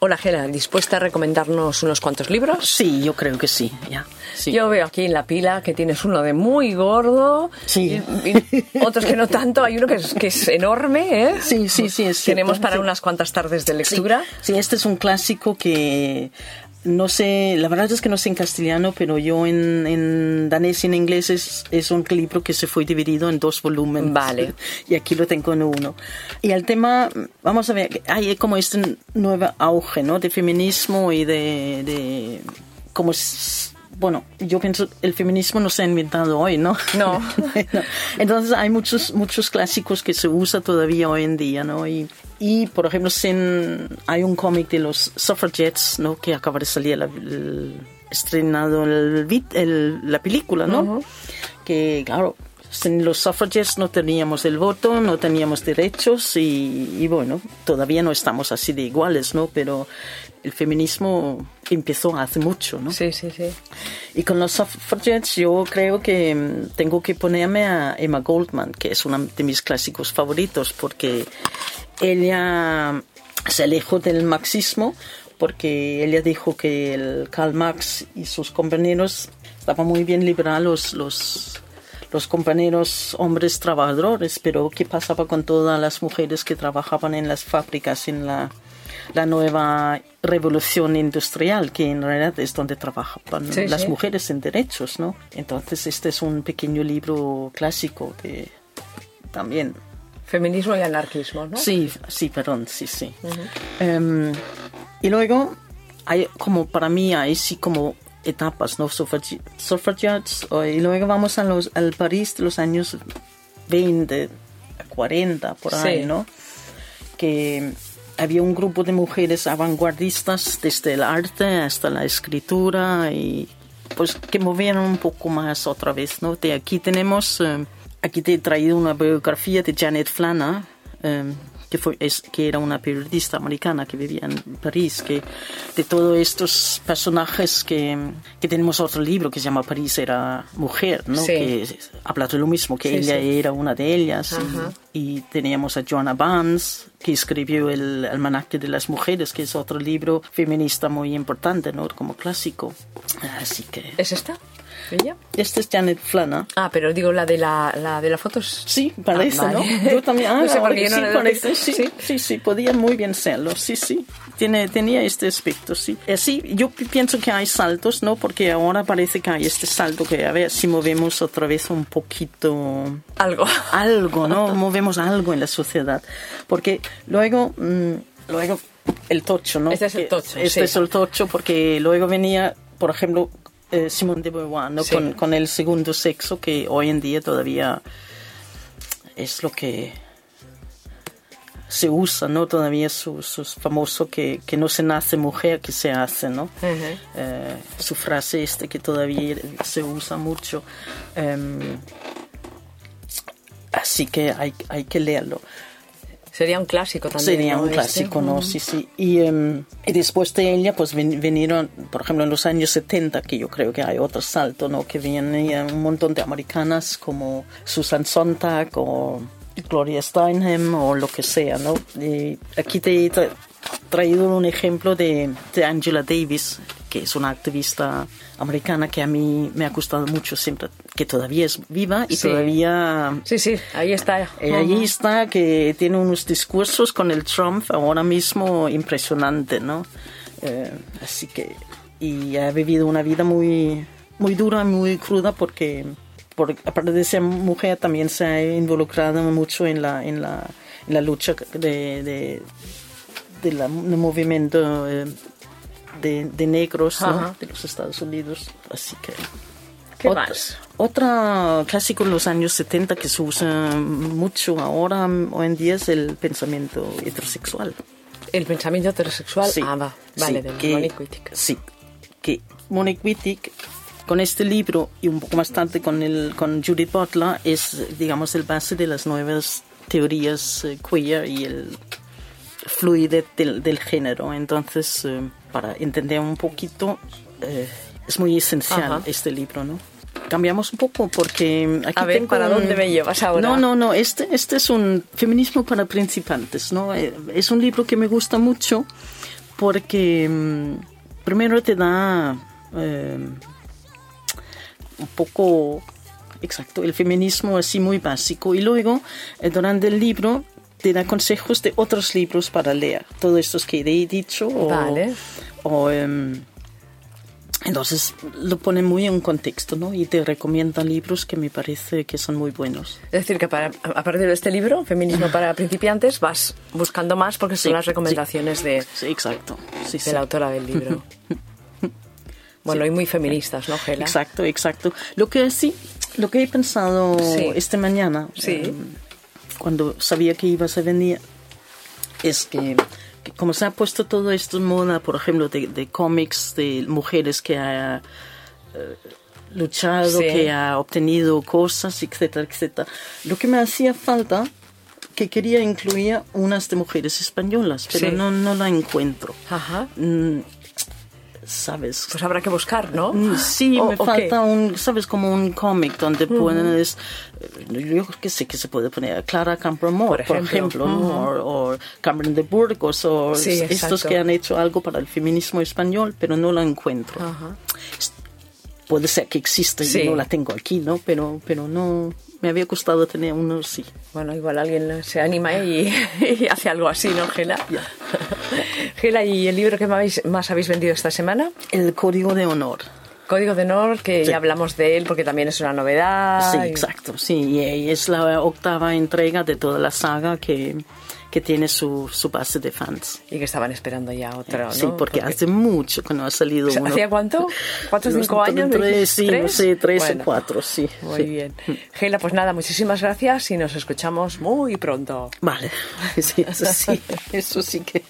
Hola, Gela, ¿dispuesta a recomendarnos unos cuantos libros? Sí, yo creo que sí, ya. Sí. Yo veo aquí en la pila que tienes uno de muy gordo, sí. y otros que no tanto. Hay uno que es enorme, ¿eh? Sí, es cierto. Tenemos para unas cuantas tardes de lectura. Sí, este es un clásico que no sé, la verdad es que no sé en castellano, pero yo en danés y en inglés es un libro que se fue dividido en 2 volúmenes. Vale. Y aquí lo tengo en 1. Y el tema, vamos a ver, hay como este nuevo auge, ¿no? De feminismo y de como bueno, yo pienso el feminismo no se ha inventado hoy, ¿no? No. Entonces hay muchos clásicos que se usa todavía hoy en día, ¿no? Y por ejemplo, hay un cómic de los Suffragettes, ¿no? Que acaba de salir estrenado la película, ¿no? Uh-huh. Que, claro, sin los Suffragettes no teníamos el voto, no teníamos derechos y bueno, todavía no estamos así de iguales, ¿no? Pero el feminismo empezó hace mucho, ¿no? Sí. Y con los Suffragettes yo creo que tengo que ponerme a Emma Goldman, que es una de mis clásicos favoritos, porque ella se alejó del marxismo, porque ella dijo que el Karl Marx y sus compañeros estaban muy bien liberados los compañeros hombres trabajadores, pero ¿qué pasaba con todas las mujeres que trabajaban en las fábricas en la nueva revolución industrial, que en realidad es donde trabajaban las mujeres en derechos, ¿no? Entonces este es un pequeño libro clásico de también feminismo y anarquismo, ¿no? Sí, perdón, sí. Uh-huh. Y luego hay como para mí hay sí como etapas, ¿no? Suffragettes, y luego vamos al París de los años 20, 40, por ahí, ¿no? Que había un grupo de mujeres vanguardistas desde el arte hasta la escritura y pues que movieron un poco más otra vez, ¿no? De aquí aquí te he traído una biografía de Janet Flana, que era una periodista americana que vivía en París, que de todos estos personajes que tenemos otro libro que se llama París era mujer, ¿no? Que habla de lo mismo, que ella era una de ellas. Y teníamos a Joanna Barnes, que escribió el Almanaque de las Mujeres, que es otro libro feminista muy importante, ¿no? Como clásico. Así que... ¿Es esta? ¿Ella? Esta es Janet Flana. Ah, pero digo la de la foto. Sí, parece, vale. ¿no? Yo también. No sé por qué yo no parece. Sí, podía muy bien serlo. Sí. Tenía este aspecto, sí. Sí, yo pienso que hay saltos, ¿no? Porque ahora parece que hay este salto que, a ver si movemos otra vez un poquito... Algo, ¿no? Movemos algo en la sociedad. Porque luego el tocho, ¿no? Este es el tocho. Este es el tocho porque luego venía, por ejemplo... Simone de Beauvoir, ¿no? Con el segundo sexo, que hoy en día todavía es lo que se usa, ¿no? Todavía es famoso que no se nace mujer, que se hace, ¿no? Uh-huh. Su frase que todavía se usa mucho. Así que hay que leerlo. Sería un clásico también. Sería un clásico, ¿no? Sí. Y después de ella, pues vinieron, por ejemplo, en los años 70, que yo creo que hay otro salto, ¿no? Que vienen un montón de americanas como Susan Sontag o Gloria Steinem o lo que sea, ¿no? Y aquí te he traído un ejemplo de Angela Davis, que es una activista americana que a mí me ha gustado mucho siempre, que todavía es viva y todavía... Sí, ahí está. Ahí está, que tiene unos discursos con el Trump ahora mismo impresionante, ¿no? Así que... Y ha vivido una vida muy, muy dura, muy cruda, porque aparte de ser mujer también se ha involucrado mucho en la lucha del movimiento de negros, ¿no? De los Estados Unidos. Así que... ¿Qué más? Otra clásico en los años 70 que se usa mucho ahora, hoy en día, es el pensamiento heterosexual. ¿El pensamiento heterosexual? Sí. Vale, de Monique Wittig. Sí, que Monique Wittig, con este libro y un poco más tarde con Judith Butler, es, digamos, el base de las nuevas teorías queer y el fluidez del género. Entonces, para entender un poquito, es muy esencial este libro, ¿no? Cambiamos un poco porque aquí a ver, ¿para dónde me llevas ahora? No, este es un feminismo para principiantes, ¿no? Es un libro que me gusta mucho porque primero te da un poco, exacto, el feminismo así muy básico, y luego durante el libro te da consejos de otros libros para leer, todos estos que he dicho, Vale. Entonces lo pone muy en contexto, ¿no? Y te recomienda libros que me parece que son muy buenos. Es decir, que a partir de este libro, Feminismo para principiantes, vas buscando más porque son las recomendaciones de exacto. de la autora del libro. Bueno, y muy feministas, ¿no, Gela? Exacto. Lo que he pensado esta mañana, cuando sabía que ibas a venir, es que como se ha puesto todo esto en moda, por ejemplo, de cómics de mujeres que ha luchado, que ha obtenido cosas, etcétera, etcétera. Lo que me hacía falta, que quería incluir unas de mujeres españolas, pero no la encuentro. Ajá. ¿Sabes? Pues habrá que buscar, ¿no? Sí, me falta ¿sabes? Como un cómic donde puedes, yo qué sé, que se puede poner Clara Campoamor, por ejemplo, ¿no? O Carmen de Burgos, o estos que han hecho algo para el feminismo español, pero no la encuentro. Ajá. Puede ser que exista y no la tengo aquí, ¿no? Pero no, me había gustado tener uno, sí. Bueno, igual alguien se anima y hace algo así, ¿no, Gela? Yeah. Gela, ¿y el libro que más habéis vendido esta semana? El Código de Honor. Código de Honor, que ya hablamos de él porque también es una novedad. Sí, exacto, sí. Y es la 8ª entrega de toda la saga que tiene su base de fans. Y que estaban esperando ya otro, ¿no? Sí, porque hace mucho que no ha salido uno. ¿Hacía cuánto? ¿4 o 5 años? 3 o 4, sí. Muy bien. Gela, pues nada, muchísimas gracias y nos escuchamos muy pronto. Vale, sí, eso sí que...